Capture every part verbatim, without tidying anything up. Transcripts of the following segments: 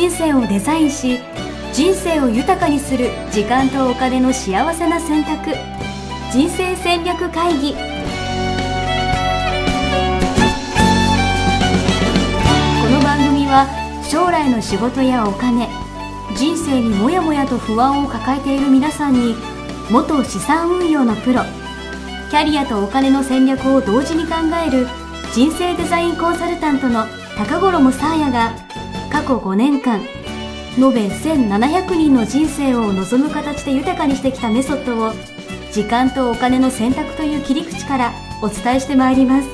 人生をデザインし、人生を豊かにする時間とお金の幸せな選択、人生戦略会議。この番組は将来の仕事やお金、人生にもやもやと不安を抱えている皆さんに、元資産運用のプロ、キャリアとお金の戦略を同時に考える人生デザインコンサルタントの高頃もさあやが、過去ごねんかん延べせんななひゃくにんの人生を望む形で豊かにしてきたメソッドを、時間とお金の選択という切り口からお伝えしてまいります。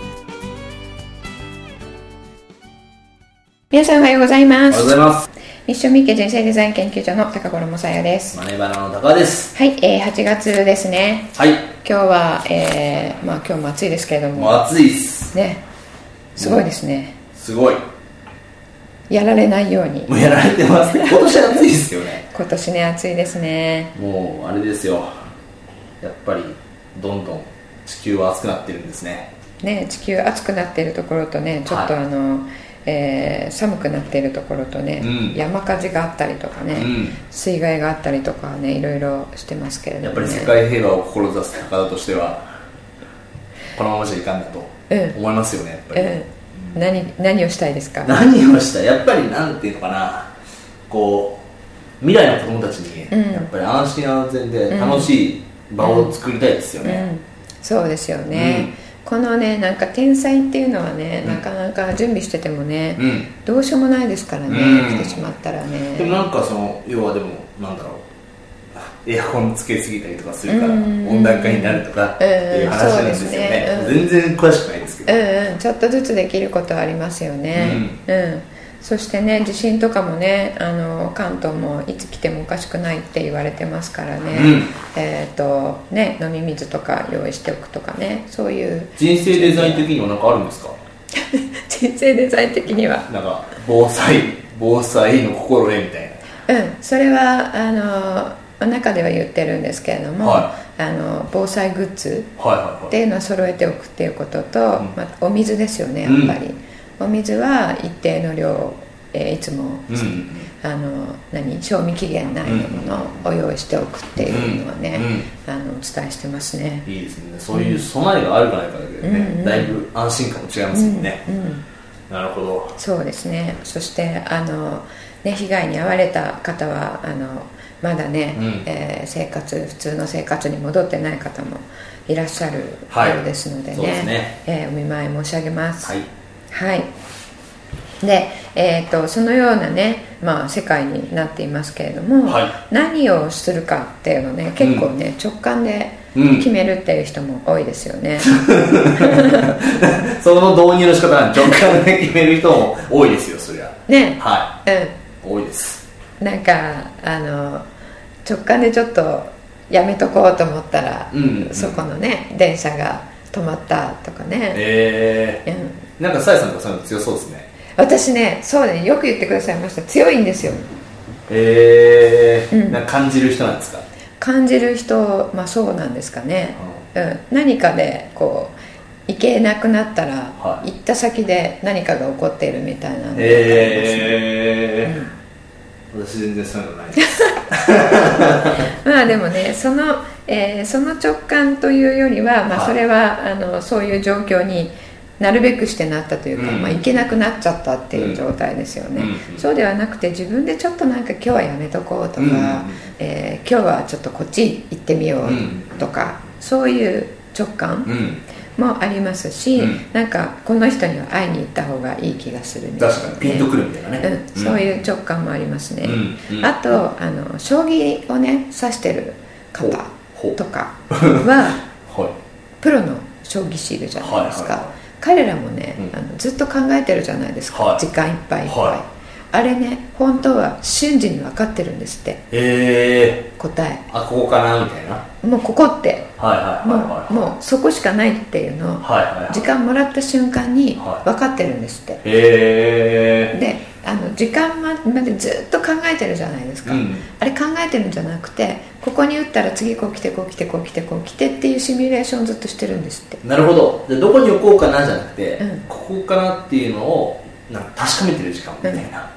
皆さんおはようございます。 おはようございます。 ミッションミッケ人生デザイン研究所の高頃もさやです。 マネバナの高です。 はい、えー、はちがつですね。 はい。 今日は、えー、まあ今日も暑いですけれども。 もう暑いっす。 ね。すごいですね。 すごい。 やられないように。 もうやられてます。今年暑いですよね。 今年ね、暑いですね。 もうあれですよ。やっぱりどんどん地球は暑くなってるんですね。 ね、地球暑くなっているところとね、ちょっとあの、はい、えー、寒くなっているところとね、うん、山火事があったりとかね、うん、水害があったりとかね、いろいろしてますけれども、ね、 やっぱり世界平和を志す高田としてはこのままじゃいかんだと思いますよね、やっぱり、 うんうん、何, 何をしたいですか？ 何をしたい、やっぱりなんていうのかな、こう未来の子供たちにやっぱり安心安全で楽しい場を作りたいですよね、うんうん、 そうですよね、うん、このね、なんか天才っていうのはね、うん、なかなか準備しててもね、うん、どうしようもないですからね、うん、来てしまったらね。 でもなんかその要はでもなんだろう、エアコンつけすぎたりとかするから温暖化になるとかっていう話なんですよね、うん、全然詳しくないですけど、 うんうん、ちょっとずつできることはありますよね、うん、うん、そしてね、地震とかもね、あの関東もいつ来てもおかしくないって言われてますからね、うん、えーとね、飲み水とか用意しておくとかね、そういう人生デザイン的には何かあるんですか？ 人生デザイン的にはなんか防災防災の心得みたいな、うん、それはあの中では言ってるんですけれども、はい、あの防災グッズっていうのは揃えておくっていうことと、はいはいはい、まあ、お水ですよね、やっぱり、うん、お水は一定の量、えー、いつも、うん、あの何賞味期限内のものを用意しておくっていうのはね、うん、あのお伝えしてますね。 いいですね、そういう備えがあるかないかだけでね、うん、だいぶ安心感も違いますもんね、うんうん、なるほど。 そうですね。そしてあの、ね、被害に遭われた方はあのまだね、うん、えー、生活普通の生活に戻ってない方もいらっしゃるようですので ね,、はい、そうですね、えー、お見舞い申し上げます。はい、はい、で、えー、とそのようなね、まあ、世界になっていますけれども、はい、何をするかっていうのね、結構ね、うん、直感で決めるっていう人も多いですよね、 うん、その導入の仕方は直感で決める人も多いですよ、そりゃね、 はい、うん、多いです。 なんかあの直感でちょっとやめとこうと思ったら、うんうんうん、そこのね電車が止まったとかね、 えーうん、なんかさやさんとかそういうの強そうですね。 私ね、そうね、よく言ってくださいました。強いんですよ。 えーうん、なんか感じる人なんですか？ 感じる人、まあそうなんですかね、うんうん、何かでこう行けなくなったら、はい、行った先で何かが起こっているみたいなのがありますね。 えーうん私全然そういうのないですまあでもね、その、えー、その直感というよりは、まあ、それは、はい、あのそういう状況になるべくしてなったというか、うん、まあ、行けなくなっちゃったっていう状態ですよね、うん、そうではなくて自分でちょっとなんか今日はやめとこうとか、うん、えー、今日はちょっとこっち行ってみようとか、うん、そういう直感、うんもありますし、うん、なんかこの人には会いに行った方がいい気がするんですよね。 確かにピンとくるみたいなね、 うん、そういう直感もありますね、うんうん、あとあの将棋をね指してる方とかはプロの将棋シールじゃないですか、はいはいはい、彼らもね、うん、あのずっと考えてるじゃないですか、はい、時間いっぱいいっぱい、はい、あれね、本当は瞬時に分かってるんですって、 えー、 答え、 あ、ここかなみたいな、 もうここって、 はいはいはいはい、 もう、もうそこしかないっていうのを、はいはいはい、時間もらった瞬間に分かってるんですって、はい、へで、あの時間までずっと考えてるじゃないですか、うん、あれ考えてるんじゃなくて、ここに打ったら次こう来てこう来てこう来てこう来てっていうシミュレーションをずっとしてるんですって。 なるほど。で、どこに置こうかなじゃなくて、うん、ここかなっていうのをなんか確かめてる時間みたいな、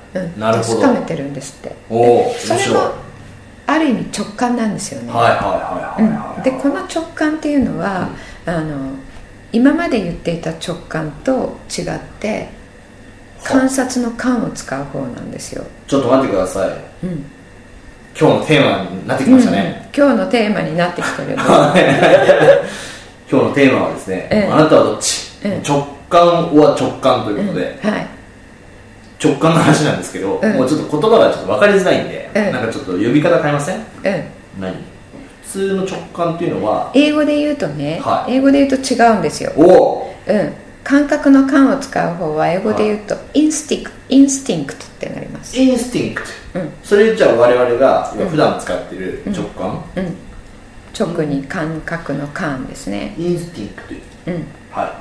うん、 なるほど。 確かめてるんですって。 おそれもある意味直感なんですよね。 はいはいはいはい、はい、 うん、でこの直感っていうのは、うん、あの今まで言っていた直感と違って観察の感を使う方なんですよ。 ちょっと待ってください、うん、今日のテーマになってきましたね、 うん、今日のテーマになってきてるんです今日のテーマはですね、うん、あなたはどっち、うん、直感は直感ということで、うんはい、直感の話なんですけど、うん、もうちょっと言葉がちょっと分かりづらいんで、うん、なんかちょっと呼び方変えません？うん、何？普通の直感っていうのは英語で言うとね、はい、英語で言うと違うんですよ。 お、 うん、感覚の感を使う方は英語で言うと、はい、インスティンクト、インスティンクトってなります。 インスティンクト、うん、それじゃあ我々が普段使ってる直感、 うんうんうん、直に感覚の感ですね。 インスティンクト、うん、はい。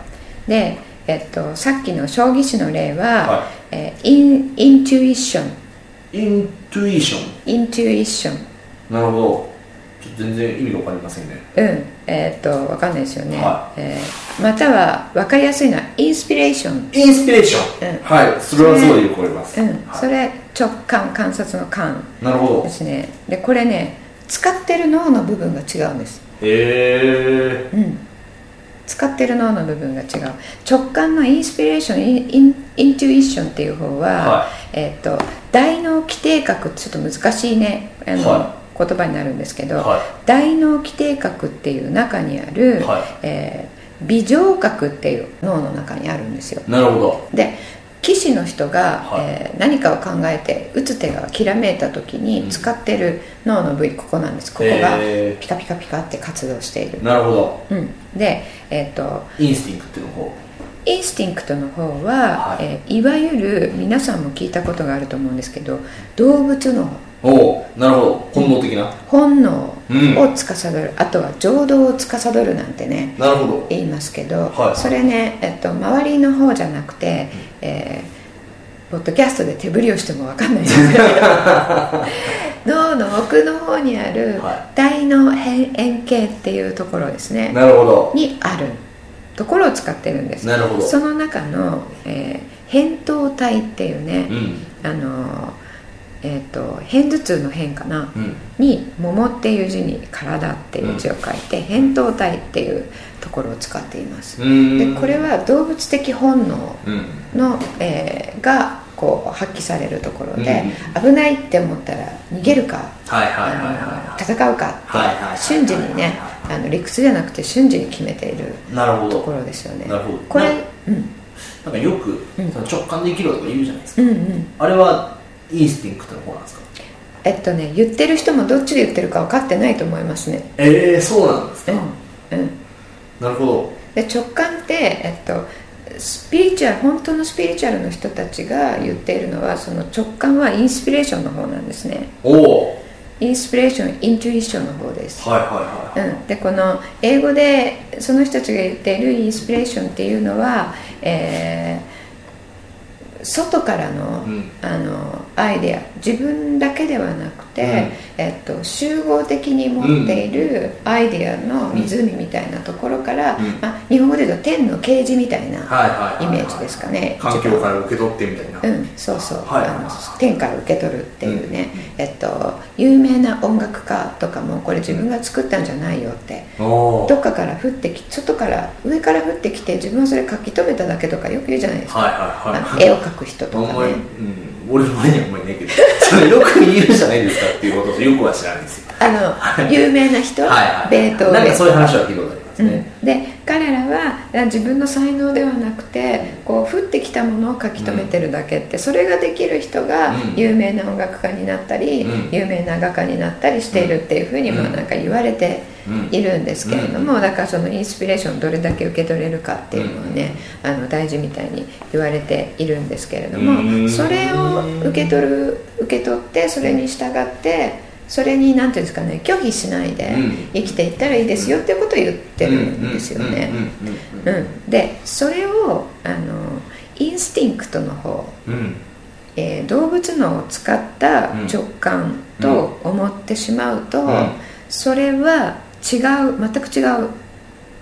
で、えっと、さっきの将棋士の例は、はい、えー、イン、イントゥイションイントゥイションイントゥイションなるほど。ちょっと全然意味が分かりませんね。 うん、えー、っと分かんないですよね、はい、えー、または分かりやすいのはインスピレーションインスピレーション、うん、はい、それはすごいよくわかります。 うん、 はい、 それ直感、観察の感なるほどですね。でこれね、使ってる脳の部分が違うんです。 へえ、うん、 使ってる脳の部分が違う。直感のインスピレーション、イン、イン、イントゥイションっていう方は、はい、えー、っと大脳基底核、ちょっと難しいね、あの、はい、言葉になるんですけど、はい、大脳基底核っていう中にある、はい、えー、微上核っていう脳の中にあるんですよ。 なるほど。 で棋士の人が、はい、えー、何かを考えて打つ手がきらめいた時に使ってる脳の部位、ここなんです。ここがピカピカピカって活動している。 なるほど、 うん、で、えー、とインスティンクトの方インスティンクトの方は、はい、えー、いわゆる皆さんも聞いたことがあると思うんですけど、動物のお、なるほど、本能的な、うん、 本能を司る、うん、あとは情動を司るなんてね、 なるほど言いますけど、はい、それね、えっと、周りの方じゃなくて、うん、えー、ポッドキャストで手振りをしても分かんないですけど脳の奥の方にある大脳辺縁系っていうところですね、 なるほど、 にあるところを使ってるんです。 なるほど。 その中の、えー、扁桃体っていうね、うん、あのえー、と片頭痛の辺かな、うん、に桃っていう字に体っていう字を書いて、うん、扁桃体っていうところを使っています。でこれは動物的本能の、うん、えー、がこう発揮されるところで、うん、危ないって思ったら逃げるか、戦うかって瞬時にね、あの理屈じゃなくて瞬時に決めているところですよね。 なるほど。 これ、うん、 なんかよく、うん、その直感で生きろとか言うじゃないですか、うんうん、あれはインスティンクトの方なんですか？ えっとね、言ってる人もどっちで言ってるか分かってないと思いますね。 えー、そうなんですか。うん、うん、なるほど。 で直感って、えっと、スピリチュアル、本当のスピリチュアルの人たちが言っているのは、その直感はインスピレーションの方なんですね。 おお。 インスピレーション、イントゥイションの方です。 はいはいはい、 うん、でこの英語でその人たちが言っているインスピレーションっていうのは、えー外からの、うん、あのアイデア、自分だけではなくて、うん、えっと、集合的に持っているアイデアの湖みたいなところから、うん、まあ、日本語で言うと天の啓示みたいなイメージですかね。 環境から受け取ってみたいな、 うん、そうそう、はい、あの天から受け取るっていうね、うん、えっと、有名な音楽家とかもこれ自分が作ったんじゃないよって、うん、どっかから降ってき、外から上から降ってきて自分はそれ書き留めただけとかよく言うじゃないですか、はいはいはい、絵を描く人とかね、 うん、俺の前にはあんまりないけどそれよく言うじゃないですかっていうことをよくは知らないんですよ。 あの有名な人はい、はい、ベートーベン、 なんかそういう話は聞いたことありますね、 うん、で彼らは自分の才能ではなくて、こう降ってきたものを書き留めてるだけって、それができる人が有名な音楽家になったり、うん、有名な画家になったりしているっていうふうにもなんか言われているんですけれども、だからそのインスピレーションどれだけ受け取れるかっていうのはね、あの大事みたいに言われているんですけれども、それを受け取る受け取ってそれに従ってそれに何ていうんですかね、拒否しないで生きていったらいいですよっていうことを言ってるんですよね。でそれをあのインスティンクトの方、うん、えー、動物脳を使った直感と思ってしまうと、うんうん、それは違う、全く違う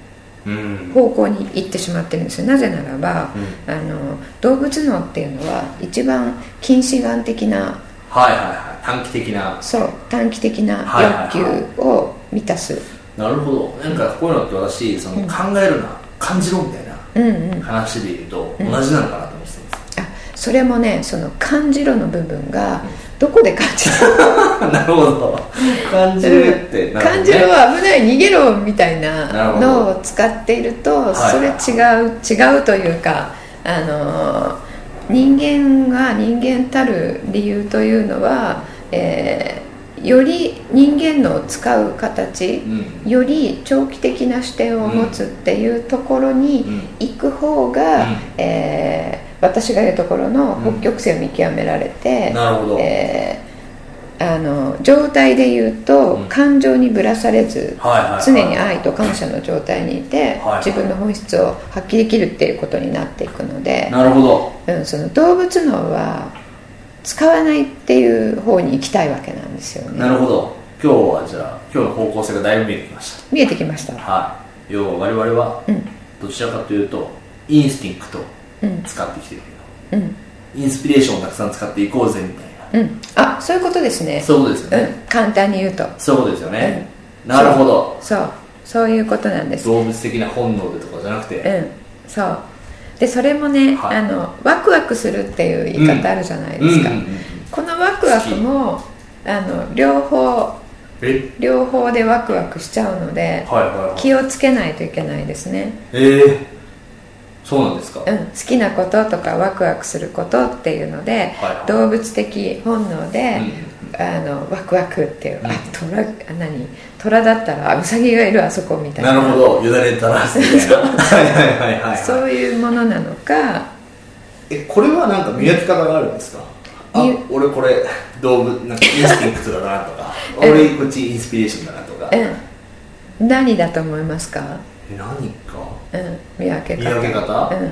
方向に行ってしまってるんですよ。なぜならば、うん、あの動物脳っていうのは一番近視眼的な、 はいはいはい、短期的な、 そう短期的な欲求を満たす、 はいはいはい、なるほど。なんかこういうのって私その考えるな、うん、感じろみたいな話で言うと同じなのかなと思ってたんです、 うん、あそれもね、その感じろの部分がどこで感じるなるほど、感じるって、 ね、感じろは危ない、逃げろみたいなのを使っていると、それ違う、違うというか、あの人間が人間たる理由というのは、えー、より人間の使う形、うん、より長期的な視点を持つっていうところに行く方が、うん、えー、私が言うところの北極星を見極められて、うん、 なるほど、 えーあの状態で言うと、うん、感情にぶらされず、はいはいはい、常に愛と感謝の状態にいて、はいはい、自分の本質を発揮できるっていうことになっていくので、 なるほど、 うん、その動物脳は使わないっていう方に行きたいわけなんですよね。 なるほど。今日はじゃあ今日の方向性がだいぶ見えてきました。 見えてきました。 はい。要は我々はどちらかというと、うん、インスティンクトを使ってきてるけど、うん、インスピレーションをたくさん使っていこうぜみたいな。 うん、あ、そういうことですね。 そういうことですよね、 うん、簡単に言うとそういうことですよね、うん、なるほど、 そう、そう、そういうことなんです。 動物的な本能でとかじゃなくて、 うん、そうで、それもね、はい、あのワクワクするっていう言い方あるじゃないですか、うんうんうんうん、このワクワクもあの両方両方でワクワクしちゃうので、はいはいはい、気をつけないといけないですね。 えーそうなんですか、 うん、好きなこととかワクワクすることっていうので、はいはい、動物的本能で、うん、あのワクワクっていう、うん、あ虎何虎だったらウサギがいるあそこみたいな、 なるほど、よだれたらすみたいなはいはいはいはい、 そういうものなのか。 え、これはなんか見分け方があるんですか？あ、俺これ動物なんかインスティンクトだなとか俺こっちインスピレーションだなとか、 うん、何だと思いますか？ え、何か、 うん、見分け方、 見分け方、うん、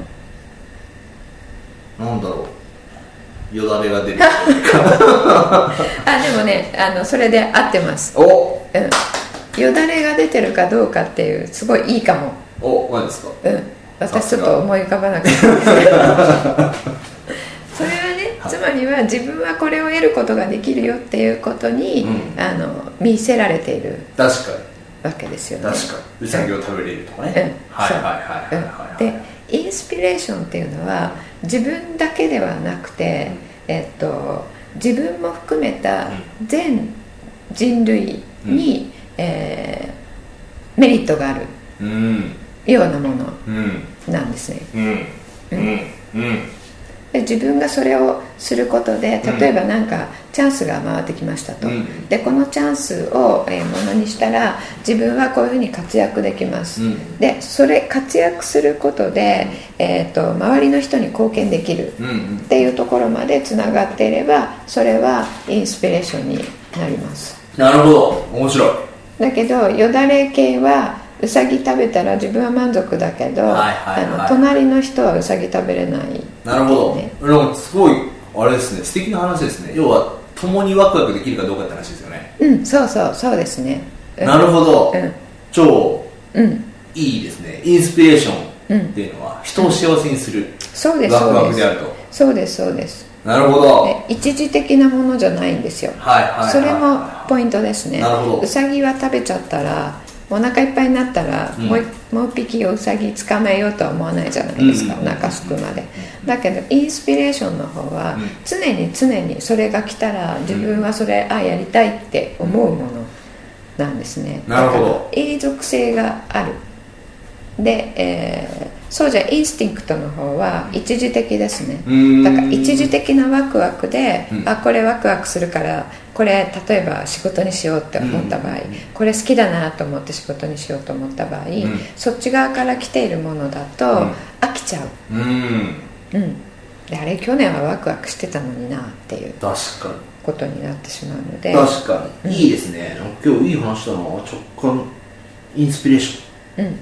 なんだろう、よだれが出るあ、でもね、あのそれで合ってます。 お、 うん、よだれが出てるかどうかっていうすごいいいかも。 お、何ですか？ うん、私ちょっと思い浮かばなかったんですけどそれはね、つまりは自分はこれを得ることができるよっていうことに、うん、あの見せられている。 確かにわけですよね。 確かにウサギを食べれるとかね、うん、はいはいはいはいはい、 でインスピレーションっていうのは自分だけではなくて、うん、えっと、自分も含めた全人類に、うん、えー、メリットがあるようなものなんですね。 うんうんうんうん、 で自分がそれをすることで、例えばなんかチャンスが回ってきましたと、うん、でこのチャンスを、えー、ものにしたら自分はこういうふうに活躍できます、うん、でそれ活躍することで、えー、と周りの人に貢献できるっていうところまでつながっていれば、それはインスピレーションになります。 なるほど、面白い。 だけどよだれ系はウサギ食べたら自分は満足だけど、はいはいはい、あの隣の人はウサギ食べれない、ね、 なるほど、すごいあれですね、素敵な話ですね。要は共にワクワクできるかどうかって話ですよね。 うん、そうそうそうですね、 うん、なるほど、うん、超、うん、いいですね。インスピレーションっていうのは人を幸せにする、うん、 そうです、 ワクワクであると。 そうですそうです。 なるほど、 一時的なものじゃないんですよ、 はいはいはいはい、 それもポイントですね。 なるほど。 ウサギは食べちゃったらお腹いっぱいになったら、うん、もうもう一匹ウサギ捕まえようとは思わないじゃないですか、うん、お腹すくまで。だけどインスピレーションの方は、うん、常に常にそれが来たら自分はそれ、うん、あやりたいって思うものなんですね。 なるほど。 だから永続性がある。で、えー、そうじゃインスティンクトの方は一時的ですね。だから一時的なワクワクで、うん、あこれワクワクするからこれ例えば仕事にしようって思った場合、うん、これ好きだなと思って仕事にしようと思った場合、うん、そっち側から来ているものだと、うん、飽きちゃう、うんうん、であれ去年はワクワクしてたのになっていう確かにことになってしまうので。 確かに、うん、いいですね。今日いい話だな。直感インスピレーション、うんうん、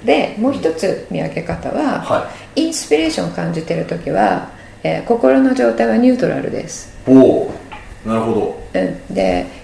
でもう一つ見分け方は、はい、インスピレーションを感じているときは、えー、心の状態はニュートラルです。 おお、なるほど、 うん、で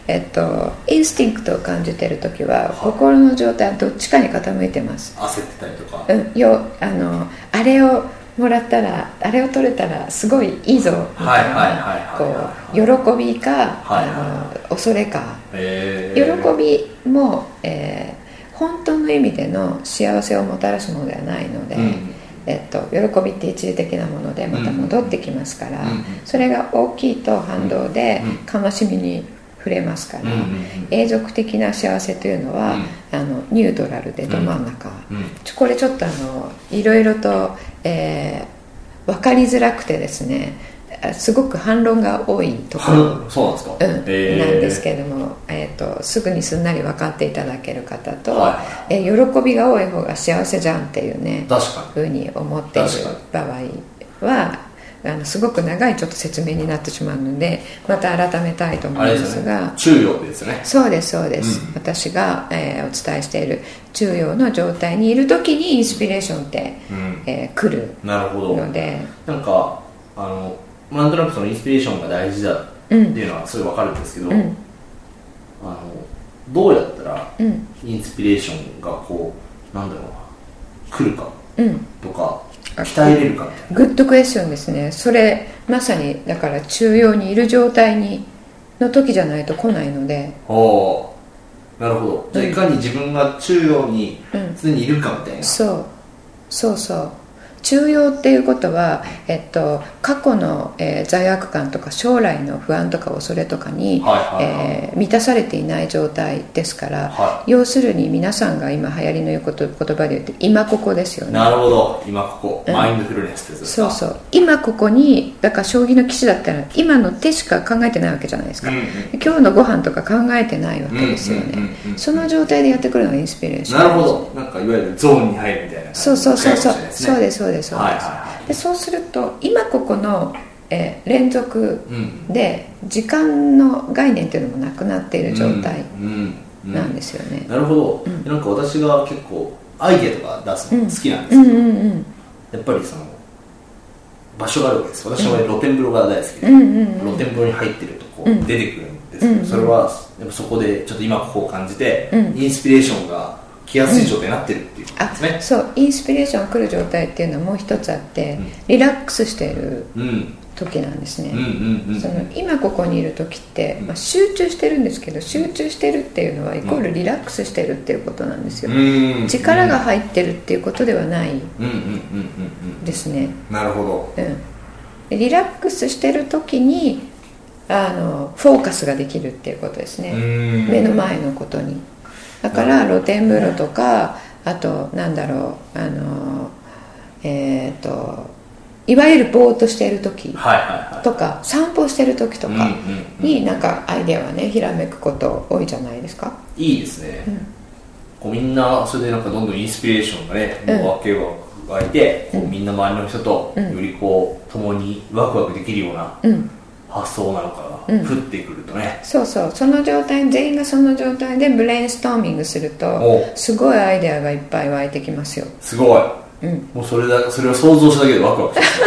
えっと、インスティンクトを感じている時は、はい、心の状態はどっちかに傾いてます。 焦ってたりとか、 うん、よあのあれをもらったらあれを取れたらすごいいいぞみたいな喜びか、はいはい、あの恐れか、えー、喜びも、えー、本当の意味での幸せをもたらすものではないので、うんえっと、喜びって一時的なものでまた戻ってきますから、うん、それが大きいと反動で悲しみに触れますから、うん、永続的な幸せというのは、うん、あのニュートラルでど真ん中、うん、これちょっとあのいろいろと、えー、分かりづらくてですねすごく反論が多いところそうなんですか、 うんえー、なんですけれども、えー、とすぐにすんなり分かっていただける方と、はいえー、喜びが多い方が幸せじゃんっていうねふうに思っている場合はあのすごく長いちょっと説明になってしまうのでまた改めたいと思いますが、 ね、中庸ですね。 そうですそうです、うん、私が、えー、お伝えしている中庸の状態にいる時にインスピレーションって、うんえー、来るのでなるほどなんかあのなんとなくそのインスピレーションが大事だっていうのはすごい分かるんですけど、うん、あのどうやったらインスピレーションがこうなんだろうな来るかとか、うん、鍛えれるかみたいな。 グッドクエスチョンですね。それまさにだから中庸にいる状態にの時じゃないと来ないので。 おなるほど。じゃあいかに自分が中庸に常にいるかみたいな、うん、 そうそうそう中庸っていうことは、えっと、過去の、えー、罪悪感とか将来の不安とか恐れとかに、はいはいはいえー、満たされていない状態ですから、はい、要するに皆さんが今流行りの言うこと言葉で言って今ここですよね。 なるほど今ここ、うん、マインドフルネスですか。 そうそう今ここにだから将棋の棋士だったら今の手しか考えてないわけじゃないですか、うんうん、今日のご飯とか考えてないわけですよね、うんうんうんうん、その状態でやってくるのがインスピレーション。 なるほどなんかいわゆるゾーンに入るみたいな感じ、 そうそうそうそうそうですそうですそうです、はいはいはい、でそうすると今ここの、えー、連続で時間の概念っていうのもなくなっている状態なんですよね、うんうんうん、 なるほど、うん、なんか私が結構アイデアとか出すの好きなんですけど、うんうんうんうん、やっぱりその場所があるわけです。私は露天風呂が大好きで、うんうんうん、露天風呂に入ってるとこう出てくるんですけど、うんうん、それはやっぱそこでちょっと今ここを感じて、うん、インスピレーションが来やすい状態になってるっていうことですね、うん、 あそうインスピレーションが来る状態っていうのはもう一つあって、うん、リラックスしている時なんですね、うんうんうん、その今ここにいる時って、まあ、集中してるんですけど集中してるっていうのはイコールリラックスしてるっていうことなんですよ、うん、力が入ってるっていうことではないですね。 なるほど、 うん、リラックスしてる時にあのフォーカスができるっていうことですね、目の前のことに。だから露天風呂とかあとなんだろうあのえっといわゆるぼーっとしている時とか、はいはいはい、散歩している時とかになんかアイデアはねひらめくこと多いじゃないですか。 いいですね、うん、こうみんなそれでなんかどんどんインスピレーションがね、うん、もうわけが湧いて、うん、こうみんな周りの人とよりこう共にワクワクできるような、うん発想なのかが降ってくるとね、 うん、そうそうその状態全員がその状態でブレインストーミングするとすごいアイデアがいっぱい湧いてきますよ。 すごい、うん、もうそれだそれを想像しただけでワクワクす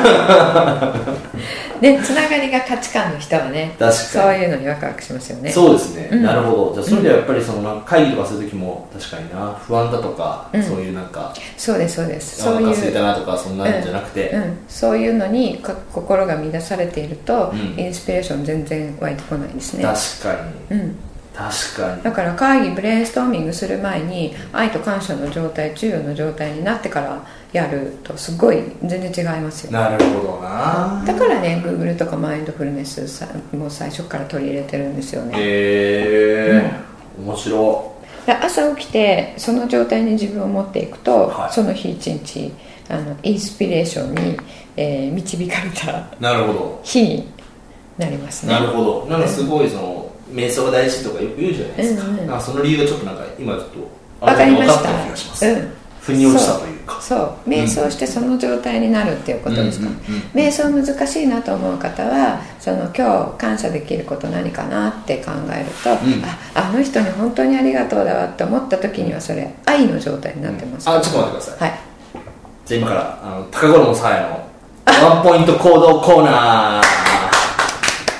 るでつながりが価値観の人はね確かにそういうのにワクワクしますよね。 そうですね、うん、なるほど。じゃあそれではやっぱりその会議とかする時も確かにな不安だとか、うん、そういうなんかそうですそうですそういうお腹空いたなとかそんなんじゃなくて、 うんうん、そういうのに心が乱されていると、うん、インスピレーション全然湧いてこないですね。 確かに、うん確かに。 だから会議ブレインストーミングする前に愛と感謝の状態中庸の状態になってからやるとすごい全然違いますよ。 なるほどな。 だからね Google とかマインドフルネスさもう最初から取り入れてるんですよね。 へえー、うん、面白い。朝起きてその状態に自分を持っていくと、はい、その日一日あのインスピレーションに、えー、導かれた日になりますね。 なるほど。なんかすごいその、うん瞑想が大事とかよく言うじゃないですか、うんうん、なんかその理由がちょっとなんか今ちょっと分かりました。 分かった気がします、うん、腑に落ちたというかそうそう瞑想してその状態になるっていうことですか、うんうんうんうん、瞑想難しいなと思う方はその今日感謝できること何かなって考えると、うん、あ, あの人に本当にありがとうだわって思った時にはそれ愛の状態になってます、 うん、あちょっと待ってください、 はい、 じゃあ今からあの高頃のさやのワンポイント行動コーナー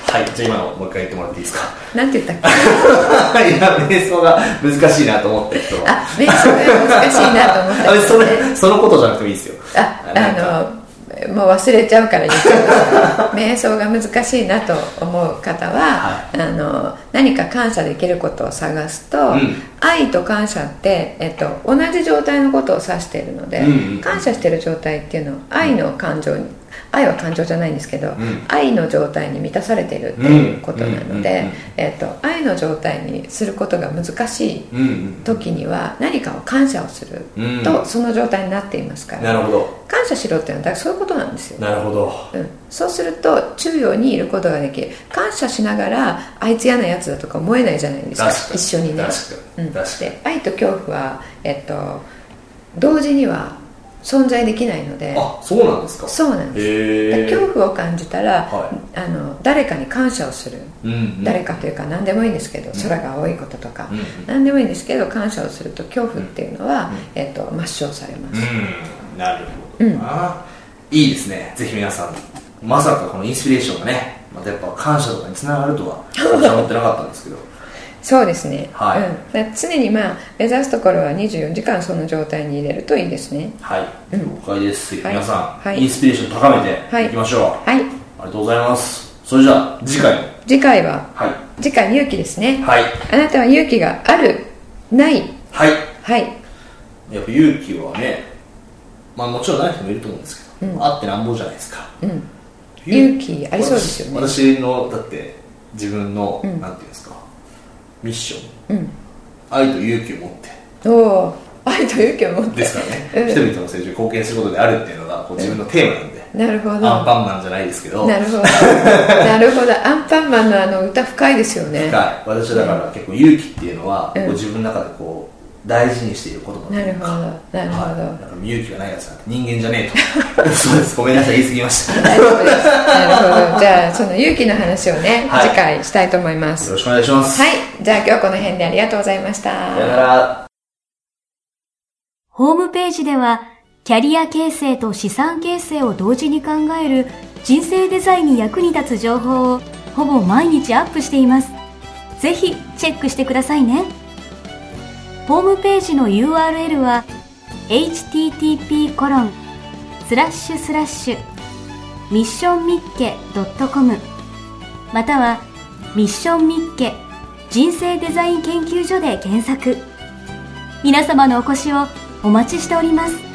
はい、じゃあ今のもう一回言ってもらっていいですか。 なんて言ったっけ。いや、瞑想が難しいなと思ってる人は。 あ、瞑想が難しいなと思った人、ね、 それそのことじゃなくてもいいですよ。 あ、あのもう忘れちゃうから言っちゃう瞑想が難しいなと思う方は、はい、あの何か感謝できることを探すと、うん、愛と感謝って、えっと、同じ状態のことを指しているので、うんうん、感謝している状態っていうのは愛の感情に、愛は感情じゃないんですけど、うん、愛の状態に満たされているっていうことなので、えっと、愛の状態にすることが難しい時には何かを感謝をすると、その状態になっていますから、 なるほど。 感謝しろっていうのはだからそういうことなんですよ。 なるほど、 うん、そうすると中庸にいることができる。感謝しながらあいつ嫌なやつだとか思えないじゃないですか、一緒にね。 確かに、うん、確かに。 で愛と恐怖は、えっと、同時には存在できないので。 あ、そうなんですか。 そうなんです。 へー。 恐怖を感じたら、はい、あの誰かに感謝をする、 うんうん、 誰かというか何でもいいんですけど、空が青いこととか、うんうん、何でもいいんですけど感謝をすると恐怖っていうのは、うんえっと、抹消されます、 うん、なるほどな、うん、いいですね。ぜひ皆さんまさかこのインスピレーションがねまたやっぱ感謝とかにつながるとは私は思ってなかったんですけどそうですね、 はいうん、常に、まあ、目指すところはにじゅうよじかんその状態に入れるといいですね。 はい、 うん、 了解です。 はい、 皆さん、 はい、 インスピレーション高めていきましょう。 はい、はい、 ありがとうございます。それじゃあ次回次回は、 はい、 次回勇気ですね。 はい、 あなたは勇気があるないはい、 はい、 やっぱ勇気はね、まあ、もちろんない人もいると思うんですけど、うん、あってなんぼじゃないですか、 うん、勇気ありそうですよね。 私のだって自分の、うん、なんていうんですかミッション、うん、愛と勇気を持ってお愛と勇気を持ってですからね、うん、人々の成長に貢献することであるっていうのがこう自分のテーマなんで、 うん、なるほど。 アンパンマンじゃないですけどなるほどなるほど。アンパンマンのあの歌深いですよね。 深い。私はだから結構勇気っていうのは、うん、こう自分の中でこう大事にしていることなるほどなるほど、はい、 なんか勇気がないやつなんて人間じゃねえとそうです、ごめんなさい言い過ぎました大丈夫です。なるほど。じゃあその勇気の話をね、はい、次回したいと思います。 よろしくお願いします。 はい、じゃあ今日はこの辺でありがとうございました。 さよなら。 ホームページではキャリア形成と資産形成を同時に考える人生デザインに役に立つ情報をほぼ毎日アップしています。ぜひチェックしてくださいね。ホームページの ユーアールエル は エイチティーティーピーコロンスラッシュスラッシュミッションミッケドットコム またはミッションミッケ人生デザイン研究所で検索。皆様のお越しをお待ちしております。